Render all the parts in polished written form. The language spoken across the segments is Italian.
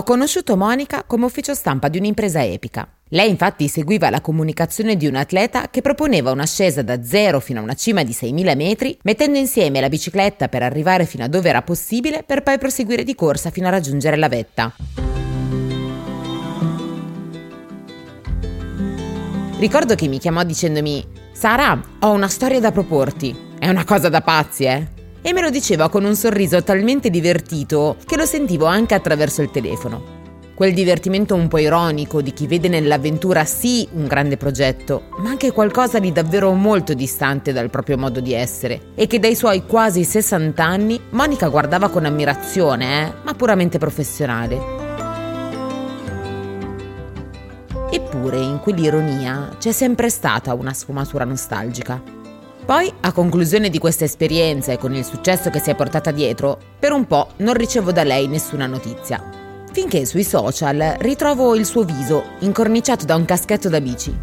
Ho conosciuto Monica come ufficio stampa di un'impresa epica. Lei infatti seguiva la comunicazione di un atleta che proponeva un'ascesa da 0 fino a una cima di 6.000 metri, mettendo insieme la bicicletta per arrivare fino a dove era possibile per poi proseguire di corsa fino a raggiungere la vetta. Ricordo che mi chiamò dicendomi: «Sara, ho una storia da proporti. È una cosa da pazzi, eh?» E me lo diceva con un sorriso talmente divertito che lo sentivo anche attraverso il telefono. Quel divertimento un po' ironico di chi vede nell'avventura sì un grande progetto, ma anche qualcosa di davvero molto distante dal proprio modo di essere, e che dai suoi quasi 60 anni Monica guardava con ammirazione, ma puramente professionale. Eppure in quell'ironia c'è sempre stata una sfumatura nostalgica. Poi, a conclusione di questa esperienza e con il successo che si è portata dietro, per un po' non ricevo da lei nessuna notizia. Finché sui social ritrovo il suo viso incorniciato da un caschetto da bici.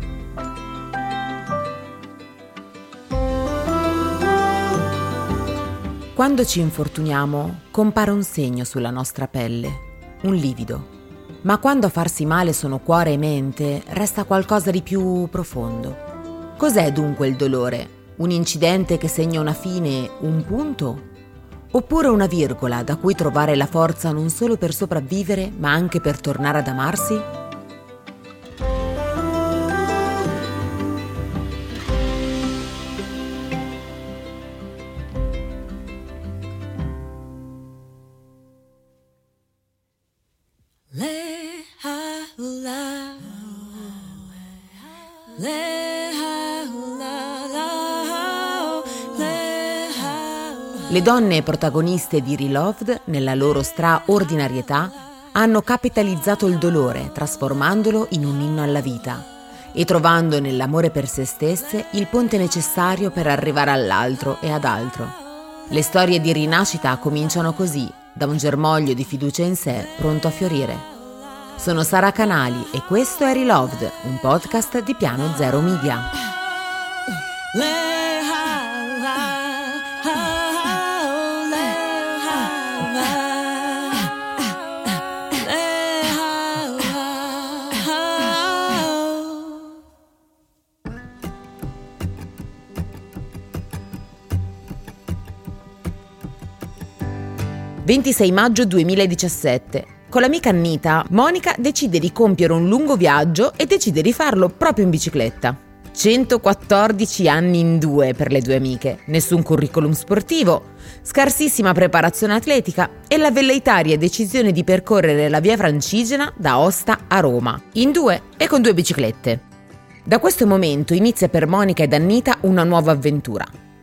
Quando ci infortuniamo, compare un segno sulla nostra pelle, un livido. Ma quando a farsi male sono cuore e mente, resta qualcosa di più profondo. Cos'è dunque il dolore? Un incidente che segna una fine, un punto? Oppure una virgola da cui trovare la forza non solo per sopravvivere, ma anche per tornare ad amarsi? Le donne protagoniste di Reloved, nella loro straordinarietà, hanno capitalizzato il dolore, trasformandolo in un inno alla vita e trovando nell'amore per se stesse il ponte necessario per arrivare all'altro e ad altro. Le storie di rinascita cominciano così, da un germoglio di fiducia in sé pronto a fiorire. Sono Sara Canali e questo è Reloved, un podcast di Piano Zero Media. «26 maggio 2017. Con l'amica Annita, Monica decide di compiere un lungo viaggio e decide di farlo proprio in bicicletta. 114 anni in 2 per le due amiche, nessun curriculum sportivo, scarsissima preparazione atletica e la velleitaria decisione di percorrere la via Francigena da Aosta a Roma, in 2 e con 2 biciclette. Da questo momento inizia per Monica ed Annita una nuova avventura.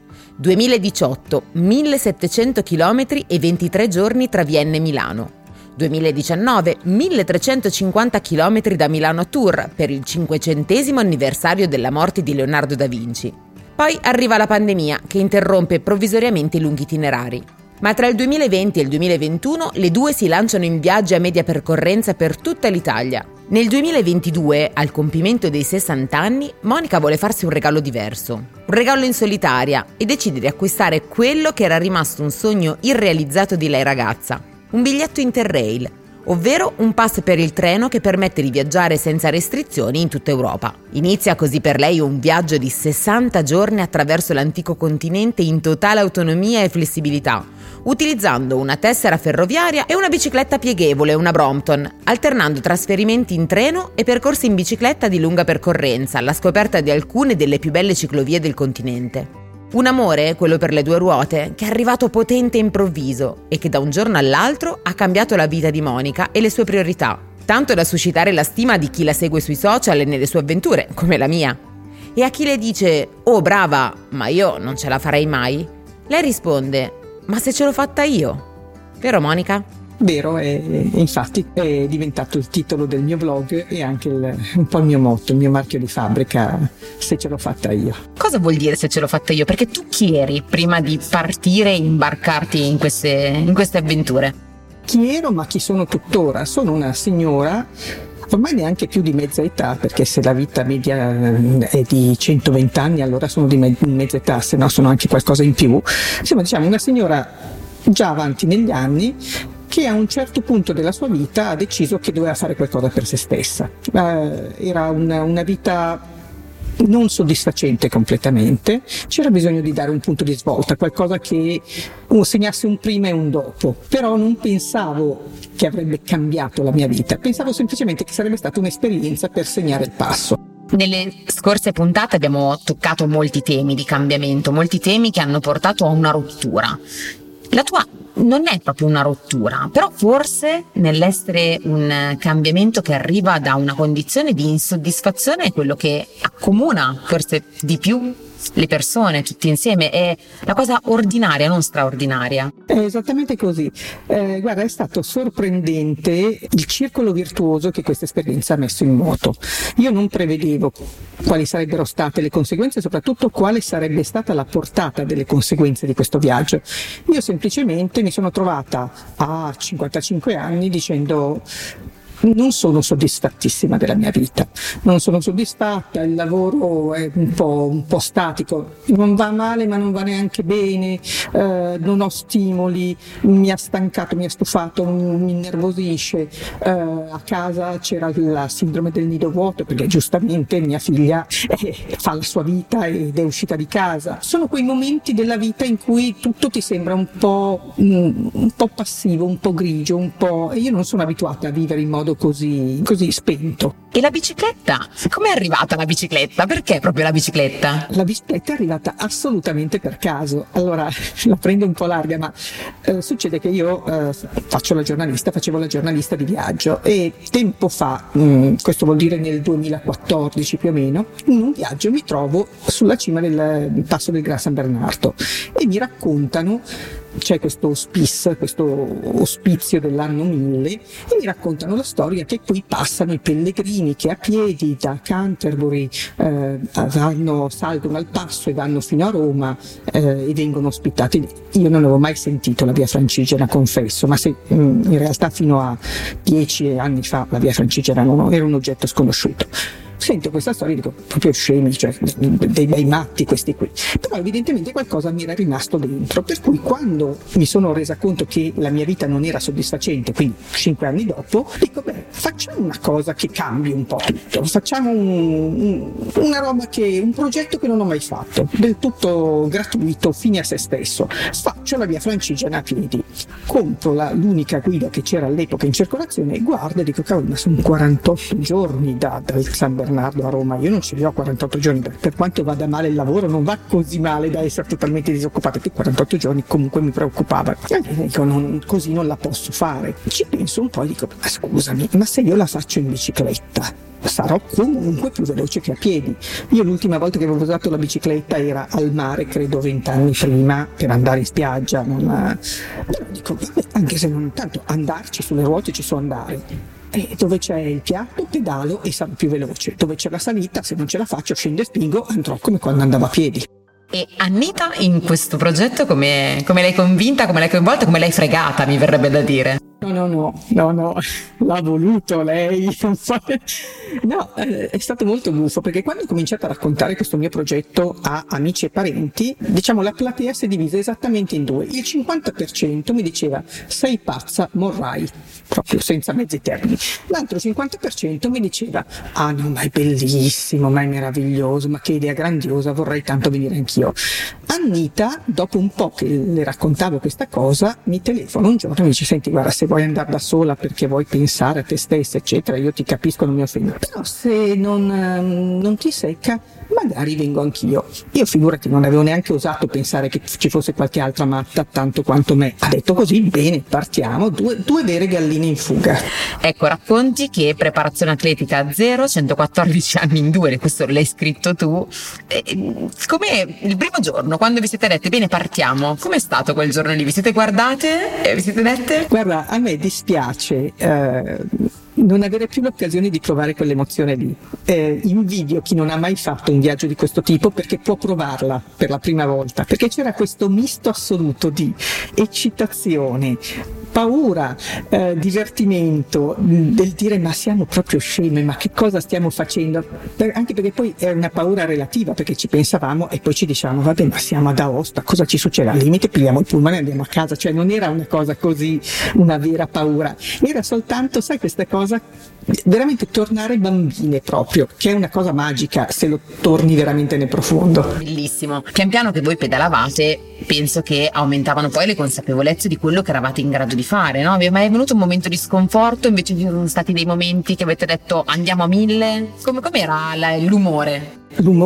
2018, 1700 km e 23 giorni tra Vienna e Milano. 2019, 1350 km da Milano a Tours per il 500° anniversario della morte di Leonardo da Vinci. Poi arriva la pandemia che interrompe provvisoriamente i lunghi itinerari. Ma tra il 2020 e il 2021 le due si lanciano in viaggi a media percorrenza per tutta l'Italia. Nel 2022, al compimento dei 60 anni, Monica vuole farsi un regalo diverso. Un regalo in solitaria e decide di acquistare quello che era rimasto un sogno irrealizzato di lei ragazza. Un biglietto Interrail, ovvero un pass per il treno che permette di viaggiare senza restrizioni in tutta Europa. Inizia così per lei un viaggio di 60 giorni attraverso l'antico continente in totale autonomia e flessibilità, utilizzando una tessera ferroviaria e una bicicletta pieghevole, una Brompton, alternando trasferimenti in treno e percorsi in bicicletta di lunga percorrenza, alla scoperta di alcune delle più belle ciclovie del continente. Un amore, quello per le due ruote, che è arrivato potente e improvviso e che da un giorno all'altro ha cambiato la vita di Monica e le sue priorità, tanto da suscitare la stima di chi la segue sui social e nelle sue avventure, come la mia. E a chi le dice «Oh brava, ma io non ce la farei mai», lei risponde «Ma se ce l'ho fatta io». Vero Monica? Vero, e infatti è diventato il titolo del mio blog e anche un po' il mio motto, il mio marchio di fabbrica, se ce l'ho fatta io. Cosa vuol dire se ce l'ho fatta io? Perché tu chi eri prima di partire e imbarcarti in queste avventure? Chi ero, ma chi sono tuttora? Sono una signora, ormai neanche più di mezza età, perché se la vita media è di 120 anni allora sono di mezza età, se no sono anche qualcosa in più. Insomma, diciamo una signora già avanti negli anni, che a un certo punto della sua vita ha deciso che doveva fare qualcosa per se stessa. Era una vita non soddisfacente completamente, c'era bisogno di dare un punto di svolta, qualcosa che segnasse un prima e un dopo, però non pensavo che avrebbe cambiato la mia vita, pensavo semplicemente che sarebbe stata un'esperienza per segnare il passo. Nelle scorse puntate abbiamo toccato molti temi di cambiamento, molti temi che hanno portato a una rottura. La tua non è proprio una rottura, però forse nell'essere un cambiamento che arriva da una condizione di insoddisfazione è quello che accomuna forse di più le persone tutti insieme, è la cosa ordinaria, non straordinaria. È esattamente così. Guarda, è stato sorprendente il circolo virtuoso che questa esperienza ha messo in moto. Io non prevedevo quali sarebbero state le conseguenze, soprattutto quale sarebbe stata la portata delle conseguenze di questo viaggio. Io semplicemente mi sono trovata a 55 anni dicendo: non sono soddisfattissima della mia vita, non sono soddisfatta, il lavoro è un po' statico, non va male ma non va neanche bene, non ho stimoli, mi ha stancato, mi ha stufato, mi innervosisce, a casa c'era la sindrome del nido vuoto perché giustamente mia figlia fa la sua vita ed è uscita di casa. Sono quei momenti della vita in cui tutto ti sembra un po' passivo, un po' grigio, e io non sono abituata a vivere in modo così spento. E la bicicletta? Come è arrivata la bicicletta? Perché proprio la bicicletta? La bicicletta è arrivata assolutamente per caso. Allora, la prendo un po' larga, ma succede che io facevo la giornalista di viaggio e tempo fa, questo vuol dire nel 2014 più o meno, in un viaggio mi trovo sulla cima del passo del Gran San Bernardo e mi raccontano, c'è questo ospizio dell'anno 1000 e mi raccontano la storia che qui passano i pellegrini che a piedi da Canterbury salgono al passo e vanno fino a Roma e vengono ospitati. Io non avevo mai sentito la Via Francigena, confesso, ma in realtà fino a 10 anni fa la Via Francigena era un oggetto sconosciuto. Sento questa storia e dico: proprio scemi, cioè dei bei matti questi qui. Però evidentemente qualcosa mi era rimasto dentro, per cui quando mi sono resa conto che la mia vita non era soddisfacente, quindi 5 anni dopo, dico: facciamo una cosa che cambi un po' tutto, facciamo una roba un progetto che non ho mai fatto, del tutto gratuito, fine a se stesso. Faccio la Via Francigena a piedi, compro l'unica guida che c'era all'epoca in circolazione e guardo e dico: cavolo, ma sono 48 giorni dal San Bernardo a Roma, io non ce li ho 48 giorni, per quanto vada male il lavoro non va così male da essere totalmente disoccupato, che 48 giorni comunque mi preoccupava. E dico: così non la posso fare. Ci penso un po' e dico: ma scusami, ma se io la faccio in bicicletta sarò comunque più veloce che a piedi. Io l'ultima volta che avevo usato la bicicletta era al mare, credo 20 anni prima, per andare in spiaggia, però dico: anche se non tanto andarci sulle ruote ci so andare. E dove c'è il piatto pedalo e sarò più veloce, dove c'è la salita se non ce la faccio scendo e spingo, andrò come quando andavo a piedi. E Annita in questo progetto come l'hai convinta, come l'hai coinvolta, come l'hai fregata, mi verrebbe da dire? No, l'ha voluto lei. No, è stato molto buffo perché quando ho cominciato a raccontare questo mio progetto a amici e parenti, diciamo la platea si è divisa esattamente in due. Il 50% mi diceva: sei pazza, morrai, proprio senza mezzi termini. L'altro 50% mi diceva: ah no, ma è bellissimo, ma è meraviglioso, ma che idea grandiosa, vorrei tanto venire anch'io. Annita, dopo un po' che le raccontavo questa cosa, mi telefona un giorno e mi dice: senti, guarda, se vuoi andare da sola perché vuoi pensare a te stessa eccetera, io ti capisco, non mi offendo, però se non ti secca magari vengo anch'io. Io, figurati, non avevo neanche osato pensare che ci fosse qualche altra matta tanto quanto me. Ha detto così: bene, partiamo, due vere galline in fuga. Ecco, racconti che preparazione atletica a 0, 114 anni in 2, questo l'hai scritto tu. Come il primo giorno, quando vi siete dette bene partiamo, com'è stato quel giorno lì? Vi siete guardate e vi siete dette? Guarda, a me dispiace non avere più l'occasione di provare quell'emozione lì. Invidio chi non ha mai fatto un viaggio di questo tipo perché può provarla per la prima volta, perché c'era questo misto assoluto di eccitazione, paura, divertimento, del dire ma siamo proprio sceme, ma che cosa stiamo facendo? Anche perché poi era una paura relativa, perché ci pensavamo e poi ci dicevamo vabbè, ma siamo ad Aosta, cosa ci succede? Al limite pigliamo il pullman e andiamo a casa, cioè non era una cosa così, una vera paura, era soltanto, sai, questa cosa veramente tornare bambine proprio, che è una cosa magica se lo torni veramente nel profondo. Bellissimo. Pian piano che voi pedalavate, penso che aumentavano poi le consapevolezze di quello che eravate in grado di fare, no? Vi è mai venuto un momento di sconforto, invece ci sono stati dei momenti che avete detto andiamo a 1000? Com'era l'umore?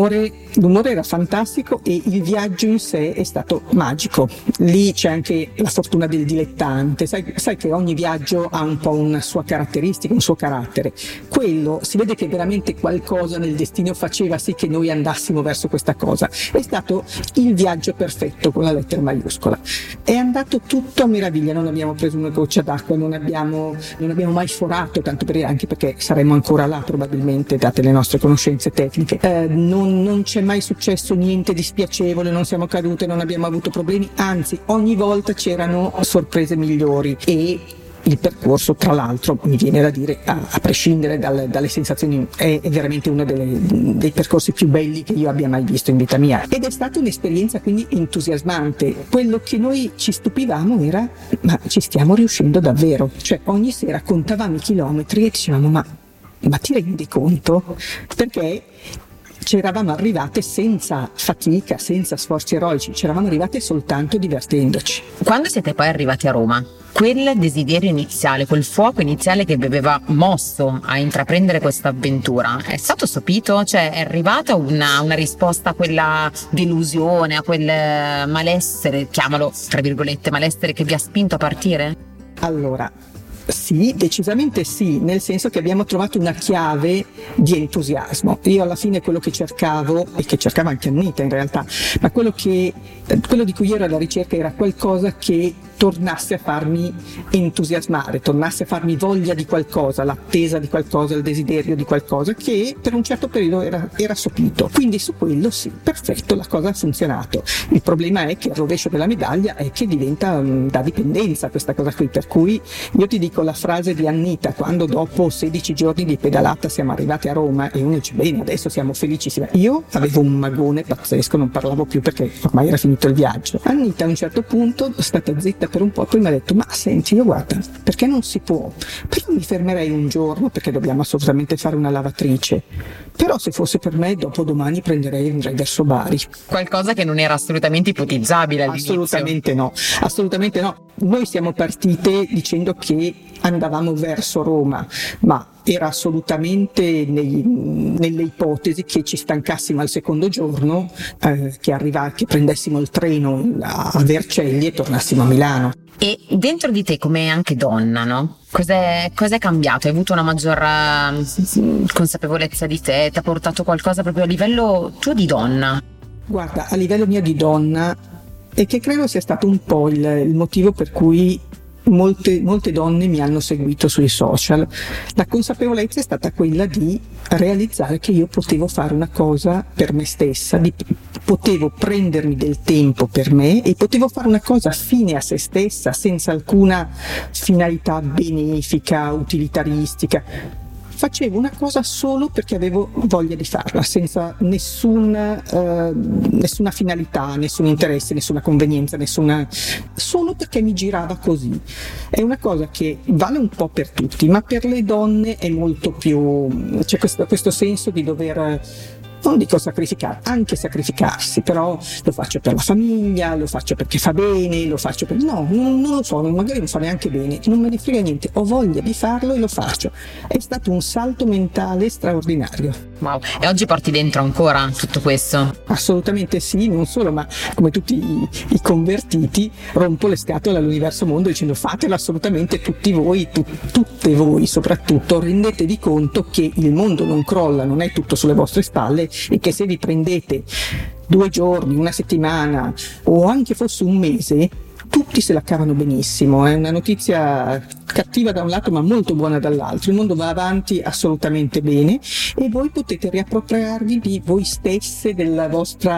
L'umore era fantastico e il viaggio in sé è stato magico. Lì c'è anche la fortuna del dilettante, sai che ogni viaggio ha un po' una sua caratteristica, un suo carattere. Quello si vede che veramente qualcosa nel destino faceva sì che noi andassimo verso questa cosa. È stato il viaggio perfetto con la lettera maiuscola. È andato tutto a meraviglia, non abbiamo preso una goccia d'acqua, non abbiamo mai forato, tanto per dire, anche perché saremmo ancora là probabilmente date le nostre conoscenze tecniche. Non c'è mai successo niente di spiacevole, non siamo cadute, non abbiamo avuto problemi, anzi ogni volta c'erano sorprese migliori e il percorso, tra l'altro, mi viene da dire, a prescindere dalle sensazioni, è veramente uno dei percorsi più belli che io abbia mai visto in vita mia ed è stata un'esperienza quindi entusiasmante. Quello che noi ci stupivamo era ma ci stiamo riuscendo davvero, cioè ogni sera contavamo i chilometri e dicevamo ma ti rendi conto? Perché ci eravamo arrivate senza fatica, senza sforzi eroici, ci eravamo arrivate soltanto divertendoci. Quando siete poi arrivati a Roma, quel desiderio iniziale, quel fuoco iniziale che vi aveva mosso a intraprendere questa avventura, è stato sopito? Cioè è arrivata una risposta a quella delusione, a quel malessere, chiamalo tra virgolette malessere, che vi ha spinto a partire? Allora, sì, decisamente sì, nel senso che abbiamo trovato una chiave di entusiasmo. Io alla fine quello che cercavo, e che cercava anche Anita in realtà, ma quello di cui io ero alla ricerca era qualcosa che tornasse a farmi entusiasmare, tornasse a farmi voglia di qualcosa, l'attesa di qualcosa, il desiderio di qualcosa che per un certo periodo era sopito. Quindi su quello sì, perfetto, la cosa ha funzionato. Il problema è che il rovescio della medaglia è che diventa da dipendenza questa cosa qui, per cui io ti dico la frase di Anita quando dopo 16 giorni di pedalata siamo arrivati a Roma e uno dice bene, adesso siamo felicissimi. Io avevo un magone pazzesco, non parlavo più perché ormai era finito il viaggio. Anita a un certo punto è stata zitta per un po', poi mi ha detto ma senti, io guarda, perché non si può, però mi fermerei un giorno perché dobbiamo assolutamente fare una lavatrice, però se fosse per me dopodomani prenderei e andrei verso Bari. Qualcosa che non era assolutamente ipotizzabile all'inizio. Assolutamente no. Noi siamo partite dicendo che andavamo verso Roma, ma era assolutamente nelle ipotesi che ci stancassimo al secondo giorno, che prendessimo il treno a Vercelli e tornassimo a Milano. E dentro di te, come anche donna, no? Cos'è cambiato? Hai avuto una maggior consapevolezza di te? Ti ha portato qualcosa proprio a livello tuo di donna? Guarda, a livello mio di donna, e che credo sia stato un po' il motivo per cui molte donne mi hanno seguito sui social, la consapevolezza è stata quella di realizzare che io potevo fare una cosa per me stessa, potevo prendermi del tempo per me e potevo fare una cosa fine a se stessa senza alcuna finalità benefica, utilitaristica. Facevo una cosa solo perché avevo voglia di farla, senza nessuna finalità, nessun interesse, nessuna convenienza, solo perché mi girava così. È una cosa che vale un po' per tutti, ma per le donne è molto più, c'è questo senso di dover, non dico sacrificare, anche sacrificarsi, però lo faccio per la famiglia, lo faccio perché fa bene, lo faccio per... No, non lo so, magari non fa neanche bene, non me ne frega niente, ho voglia di farlo e lo faccio. È stato un salto mentale straordinario. Wow, e oggi porti dentro ancora tutto questo? Assolutamente sì, non solo, ma come tutti i convertiti rompo le scatole all'universo mondo dicendo fatelo assolutamente tutti voi, tutte voi soprattutto, rendetevi conto che il mondo non crolla, non è tutto sulle vostre spalle e che se vi prendete 2 giorni, una settimana o anche fosse un mese, tutti se la cavano benissimo. È una notizia cattiva da un lato ma molto buona dall'altro. Il mondo va avanti assolutamente bene e voi potete riappropriarvi di voi stesse, della vostra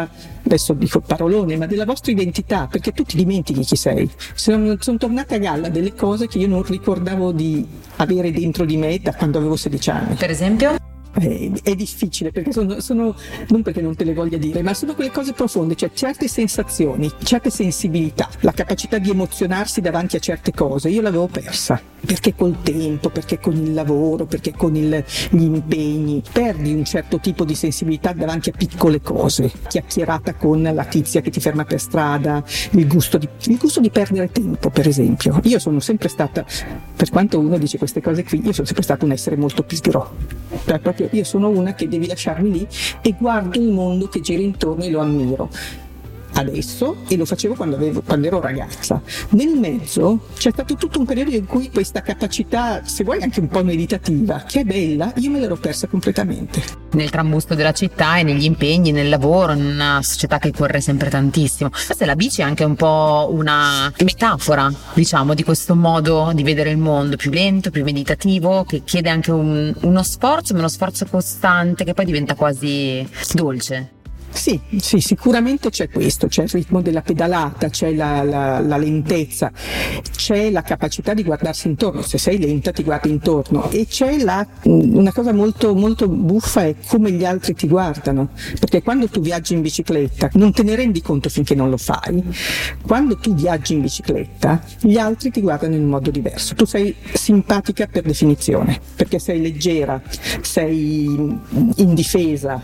adesso dico parolone, ma della vostra identità, perché tu ti dimentichi chi sei. Sono tornate a galla delle cose che io non ricordavo di avere dentro di me da quando avevo 16 anni. Per esempio? È difficile, perché sono non perché non te le voglia dire, ma sono quelle cose profonde, cioè certe sensazioni, certe sensibilità, la capacità di emozionarsi davanti a certe cose io l'avevo persa, perché col tempo, perché con il lavoro, perché con gli impegni perdi un certo tipo di sensibilità davanti a piccole cose, chiacchierata con la tizia che ti ferma per strada, il gusto di perdere tempo, per esempio. Io sono sempre stata, per quanto uno dice queste cose qui, io sono sempre stata un essere molto pigro, cioè proprio io sono una che devi lasciarmi lì e guardo il mondo che gira intorno e lo ammiro. Adesso, e lo facevo quando ero ragazza, nel mezzo c'è stato tutto un periodo in cui questa capacità, se vuoi anche un po' meditativa, che è bella, io me l'ero persa completamente. Nel trambusto della città e negli impegni, nel lavoro, in una società che corre sempre tantissimo. Forse la bici è anche un po' una metafora, diciamo, di questo modo di vedere il mondo, più lento, più meditativo, che chiede anche uno sforzo, ma uno sforzo costante che poi diventa quasi dolce. Sì, sicuramente c'è questo, c'è il ritmo della pedalata, c'è la lentezza, c'è la capacità di guardarsi intorno, se sei lenta ti guardi intorno, e c'è una cosa molto, molto buffa è come gli altri ti guardano, perché quando tu viaggi in bicicletta non te ne rendi conto finché non lo fai, quando tu viaggi in bicicletta gli altri ti guardano in modo diverso, tu sei simpatica per definizione, perché sei leggera, sei indifesa,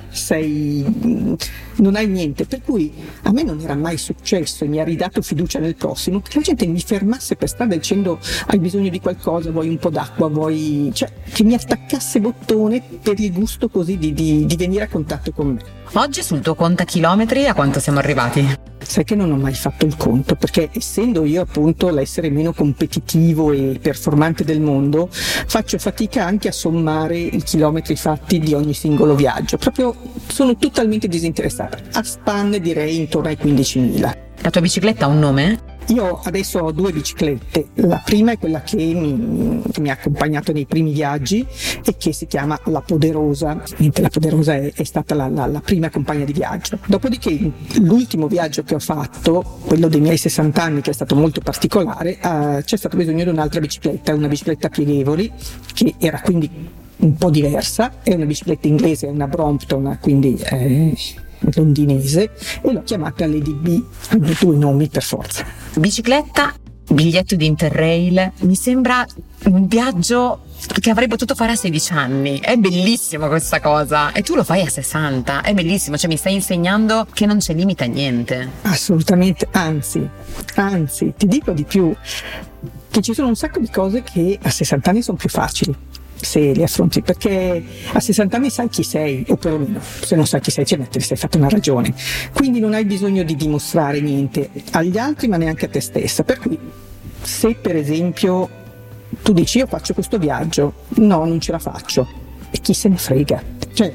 non hai niente, per cui a me non era mai successo e mi ha ridato fiducia nel prossimo che la gente mi fermasse per strada dicendo hai bisogno di qualcosa, vuoi un po' d'acqua, cioè che mi attaccasse bottone per il gusto così di venire a contatto con me. Oggi sul tuo contachilometri a quanto siamo arrivati? Sai che non ho mai fatto il conto, perché essendo io appunto l'essere meno competitivo e performante del mondo, faccio fatica anche a sommare i chilometri fatti di ogni singolo viaggio, proprio sono totalmente disinteressata. A spanne direi intorno ai 15.000. La tua bicicletta ha un nome? Io adesso ho 2 biciclette, la prima è quella che mi ha accompagnato nei primi viaggi e che si chiama La Poderosa. La Poderosa è stata la prima compagna di viaggio. Dopodiché l'ultimo viaggio che ho fatto, quello dei miei 60 anni, che è stato molto particolare, c'è stato bisogno di un'altra bicicletta, una bicicletta piegevoli, che era quindi un po' diversa, è una bicicletta inglese, è una Brompton, quindi londinese, e l'ho chiamata Lady B, hanno 2 nomi per forza. Bicicletta, biglietto di Interrail, mi sembra un viaggio che avrei potuto fare a 16 anni, è bellissima questa cosa, e tu lo fai a 60, è bellissimo, cioè mi stai insegnando che non c'è limite a niente. Assolutamente, anzi, ti dico di più, che ci sono un sacco di cose che a 60 anni sono più facili se li affronti, perché a 60 anni sai chi sei, o perlomeno se non sai chi sei te ne sei fatto una ragione, quindi non hai bisogno di dimostrare niente agli altri ma neanche a te stessa, per cui se per esempio tu dici io faccio questo viaggio, no, non ce la faccio, e chi se ne frega, cioè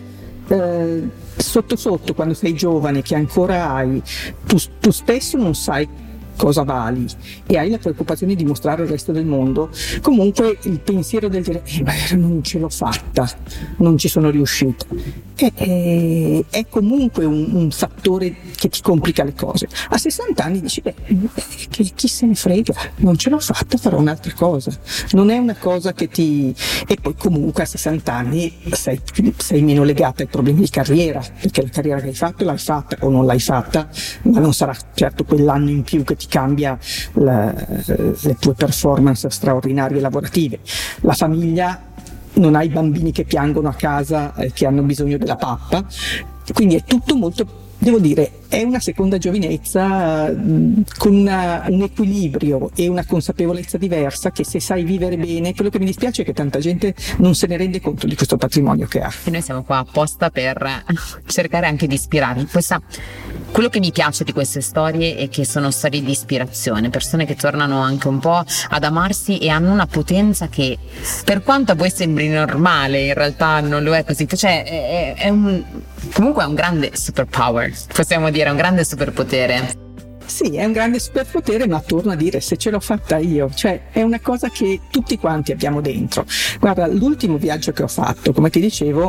sotto quando sei giovane che ancora hai tu stesso non sai cosa vali e hai la preoccupazione di mostrare al resto del mondo, comunque il pensiero del dire non ce l'ho fatta, non ci sono riuscita, è comunque un fattore che ti complica le cose. A 60 anni dici chi se ne frega, non ce l'ho fatta, farò un'altra cosa, non è una cosa che e poi comunque a 60 anni sei meno legata ai problemi di carriera, perché la carriera che hai fatto l'hai fatta o non l'hai fatta, ma non sarà certo quell'anno in più che ti cambia le tue performance straordinarie lavorative. La famiglia, non hai bambini che piangono a casa che hanno bisogno della pappa, quindi è tutto molto, devo dire, è una seconda giovinezza con un equilibrio e una consapevolezza diversa che se sai vivere bene, quello che mi dispiace è che tanta gente non se ne rende conto di questo patrimonio che ha. E noi siamo qua apposta per cercare anche di ispirarli. Quello che mi piace di queste storie è che sono storie di ispirazione, persone che tornano anche un po' ad amarsi e hanno una potenza che, per quanto a voi sembri normale, in realtà non lo è così, cioè comunque è un grande superpower, possiamo dire, è un grande superpotere. Sì, è un grande superpotere, ma torno a dire, se ce l'ho fatta io, cioè è una cosa che tutti quanti abbiamo dentro. Guarda, l'ultimo viaggio che ho fatto, come ti dicevo,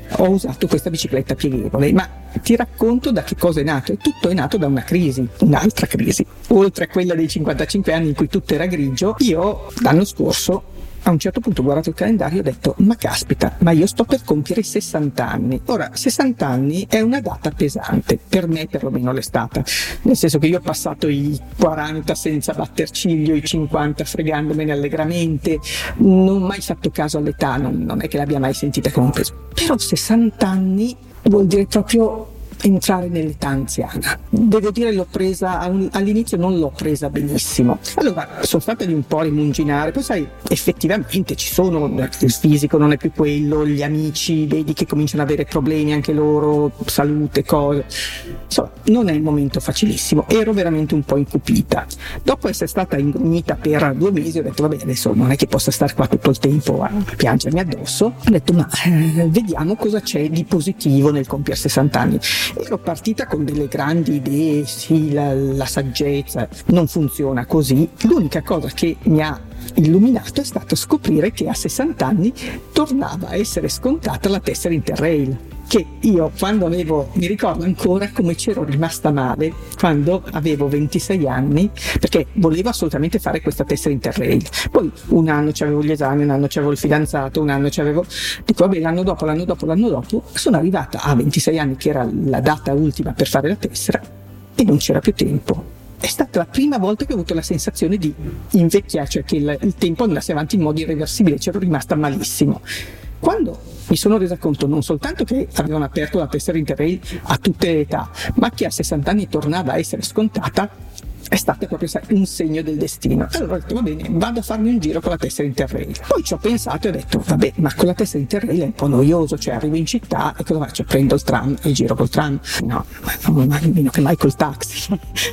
ho usato questa bicicletta pieghevole. Ma ti racconto da che cosa è nato, e tutto è nato da una crisi, un'altra crisi, oltre a quella dei 55 anni in cui tutto era grigio. Io l'anno scorso a un certo punto ho guardato il calendario e ho detto: ma caspita, ma io sto per compiere 60 anni. Ora, 60 anni è una data pesante, per me perlomeno l'è stata, nel senso che io ho passato i 40 senza batter ciglio, i 50 fregandomene allegramente, non ho mai fatto caso all'età, non è che l'abbia mai sentita come un peso. Però 60 anni vuol dire proprio entrare nell'età anziana. Devo dire, l'ho presa all'inizio, non l'ho presa benissimo. Allora sono stata lì un po' a rimunginare, poi sai, effettivamente ci sono, il fisico non è più quello, gli amici vedi che cominciano ad avere problemi anche loro, salute, cose, insomma non è il momento facilissimo. Ero veramente un po' incupita. Dopo essere stata ingrugnita per 2 mesi ho detto: vabbè, adesso non è che possa stare qua tutto il tempo a piangermi addosso. Ho detto: ma vediamo cosa c'è di positivo nel compiere 60 anni. Ero partita con delle grandi idee, sì, la saggezza, non funziona così. L'unica cosa che mi ha illuminato è stato scoprire che a 60 anni tornava a essere scontata la tessera Interrail, che io quando mi ricordo ancora come c'ero rimasta male quando avevo 26 anni, perché volevo assolutamente fare questa tessera Interrail. Poi un anno c'avevo gli esami, un anno c'avevo il fidanzato, un anno dico vabbè, l'anno dopo sono arrivata a 26 anni, che era la data ultima per fare la tessera, e non c'era più tempo. È stata la prima volta che ho avuto la sensazione di invecchiare, cioè che il tempo andasse avanti in modo irreversibile, c'ero rimasta malissimo. Quando mi sono resa conto non soltanto che avevano aperto la tessera Interrail a tutte le età, ma che a 60 anni tornava a essere scontata, è stato proprio un segno del destino. Allora ho detto: va bene, vado a farmi un giro con la tessera Interrail. Poi ci ho pensato e ho detto: vabbè, ma con la tessera Interrail è un po' noioso, cioè arrivo in città e cosa faccio? Prendo il tram e giro col tram? No, meno che mai col taxi.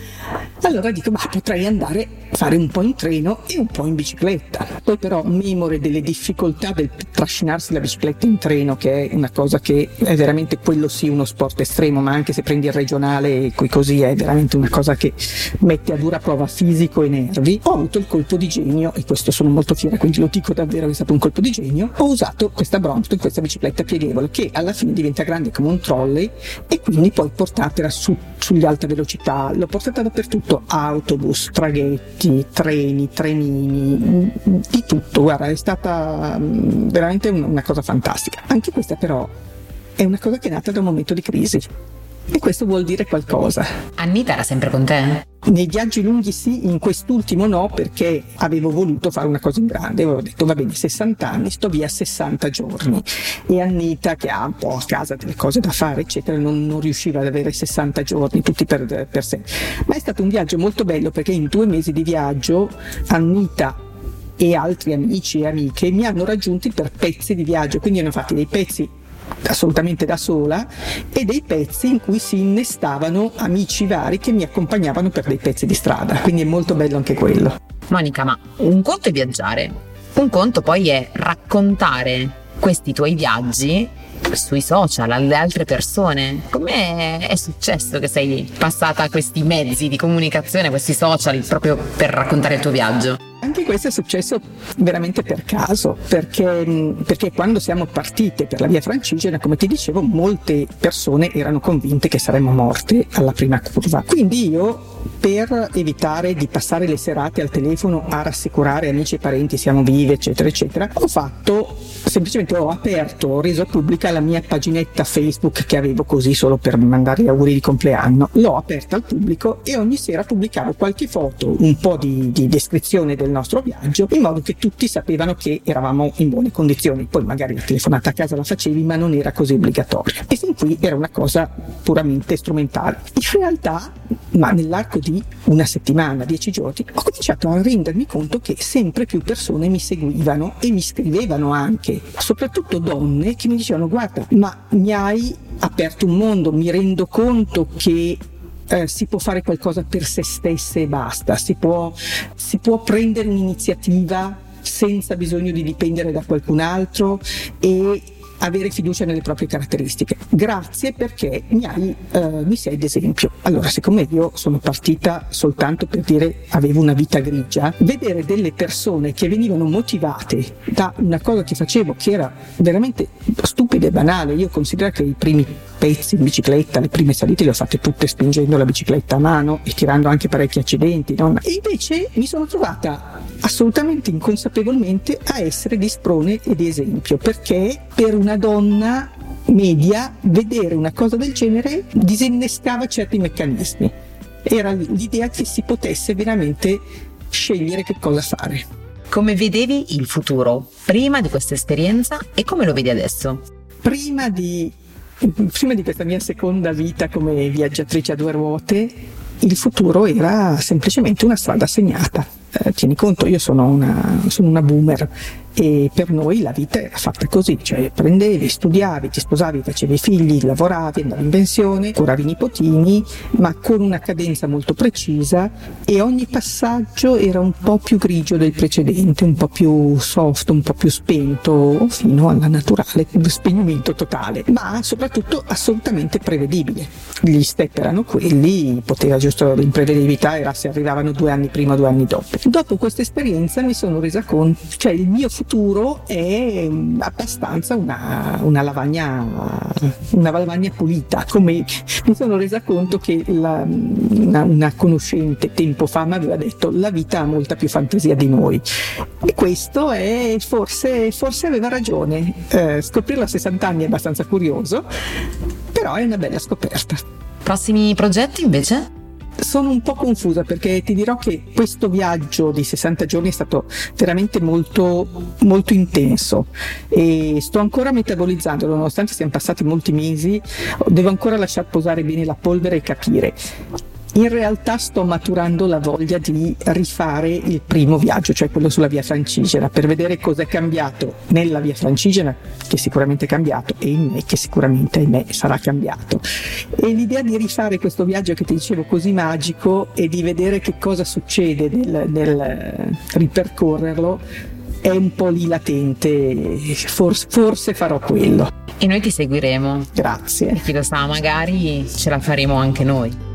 Allora dico: ma potrei andare a fare un po' in treno e un po' in bicicletta. Poi però, memore delle difficoltà del trascinarsi la bicicletta in treno, che è una cosa che è veramente, quello sì, uno sport estremo, ma anche se prendi il regionale così è veramente una cosa che mette a dura prova fisico e nervi. Ho avuto il colpo di genio, e questo sono molto fiera, quindi lo dico davvero che è stato un colpo di genio. Ho usato questa Brompton, questa bicicletta pieghevole, che alla fine diventa grande come un trolley, e quindi puoi portartela sugli alta velocità. L'ho portata dappertutto: autobus, traghetti, treni, trenini, di tutto. Guarda, è stata veramente una cosa fantastica. Anche questa però è una cosa che è nata da un momento di crisi, e questo vuol dire qualcosa. Annita era sempre con te? Nei viaggi lunghi sì, in quest'ultimo no, perché avevo voluto fare una cosa in grande. Avevo detto: va bene, 60 anni, sto via 60 giorni. E Annita, che ha un po' a casa delle cose da fare eccetera, non riusciva ad avere 60 giorni tutti per sé. Ma è stato un viaggio molto bello, perché in 2 mesi di viaggio Annita e altri amici e amiche mi hanno raggiunti per pezzi di viaggio, quindi hanno fatto dei pezzi assolutamente da sola e dei pezzi in cui si innestavano amici vari che mi accompagnavano per dei pezzi di strada, quindi è molto bello anche quello. Monica, ma un conto è viaggiare, un conto poi è raccontare questi tuoi viaggi sui social alle altre persone. Come è successo che sei passata a questi mezzi di comunicazione, questi social, proprio per raccontare il tuo viaggio? Anche questo è successo veramente per caso, perché quando siamo partite per la via Francigena, come ti dicevo, molte persone erano convinte che saremmo morte alla prima curva. Quindi io, per evitare di passare le serate al telefono a rassicurare amici e parenti siamo vive eccetera eccetera, ho aperto, ho reso pubblica la mia paginetta Facebook che avevo così solo per mandare gli auguri di compleanno. L'ho aperta al pubblico e ogni sera pubblicavo qualche foto, un po' di descrizione del nostro viaggio, in modo che tutti sapevano che eravamo in buone condizioni. Poi magari la telefonata a casa la facevi, ma non era così obbligatoria, e fin qui era una cosa puramente strumentale. In realtà, ma nell'arco di una settimana, 10 giorni, ho cominciato a rendermi conto che sempre più persone mi seguivano e mi scrivevano anche, soprattutto donne, che mi dicevano: guarda, ma mi hai aperto un mondo, mi rendo conto che si può fare qualcosa per se stesse e basta, si può prendere un'iniziativa senza bisogno di dipendere da qualcun altro, e avere fiducia nelle proprie caratteristiche. Grazie perché mi sei d'esempio. Allora, siccome io sono partita soltanto per dire avevo una vita grigia, vedere delle persone che venivano motivate da una cosa che facevo che era veramente stupida e banale. Io considero che i primi pezzi in bicicletta, le prime salite le ho fatte tutte spingendo la bicicletta a mano e tirando anche parecchi accidenti, no? E invece mi sono trovata assolutamente inconsapevolmente a essere di sprone e di esempio, perché per una donna media vedere una cosa del genere disinnescava certi meccanismi. Era l'idea che si potesse veramente scegliere che cosa fare. Come vedevi il futuro prima di questa esperienza e come lo vedi adesso? Prima di questa mia seconda vita come viaggiatrice a due ruote, il futuro era semplicemente una strada segnata. Tieni conto, io sono una boomer e per noi la vita era fatta così, cioè prendevi, studiavi, ti sposavi, facevi figli, lavoravi, andavi in pensione, curavi i nipotini, ma con una cadenza molto precisa, e ogni passaggio era un po' più grigio del precedente, un po' più soft, un po' più spento, fino alla naturale spegnimento totale, ma soprattutto assolutamente prevedibile. Gli step erano quelli, poteva giusto, l'imprevedibilità era se arrivavano 2 anni prima o 2 anni dopo. Dopo questa esperienza mi sono resa conto, cioè il mio futuro è abbastanza una lavagna pulita. Come mi sono resa conto che una conoscente tempo fa mi aveva detto: la vita ha molta più fantasia di noi, e questo è forse aveva ragione. Scoprirlo a 60 anni è abbastanza curioso, però è una bella scoperta. Prossimi progetti invece? Sono un po' confusa perché ti dirò che questo viaggio di 60 giorni è stato veramente molto, molto intenso e sto ancora metabolizzandolo, nonostante siano passati molti mesi, devo ancora lasciar posare bene la polvere e capire. In realtà sto maturando la voglia di rifare il primo viaggio, cioè quello sulla Via Francigena, per vedere cosa è cambiato nella Via Francigena, che sicuramente è cambiato, e in me, che sicuramente in me sarà cambiato. E l'idea di rifare questo viaggio che ti dicevo così magico e di vedere che cosa succede nel ripercorrerlo è un po' lì latente, forse farò quello. E noi ti seguiremo. Grazie. Chi lo sa, magari ce la faremo anche noi.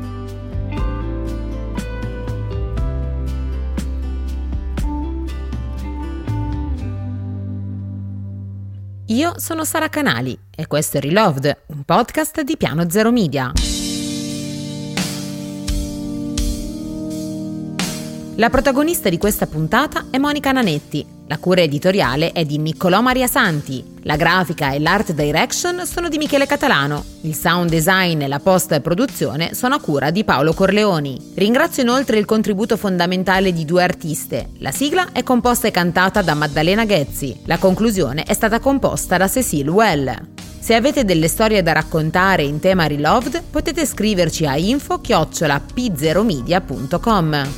Io sono Sara Canali e questo è Reloved, un podcast di Piano Zero Media. La protagonista di questa puntata è Monica Nanetti. La cura editoriale è di Niccolò Maria Santi. La grafica e l'art direction sono di Michele Catalano. Il sound design e la post-produzione sono a cura di Paolo Corleoni. Ringrazio inoltre il contributo fondamentale di 2 artiste. La sigla è composta e cantata da Maddalena Ghezzi. La conclusione è stata composta da Cecile Well. Se avete delle storie da raccontare in tema Reloved, potete scriverci a info@p0media.com.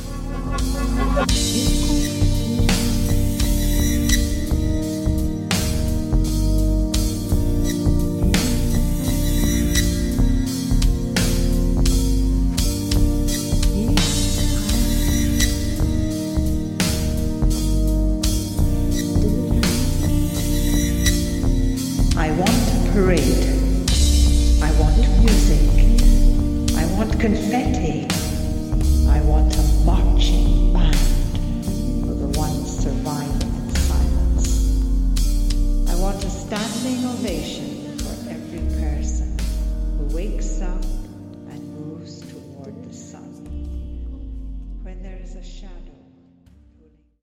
I want a parade. I want music. I want confetti.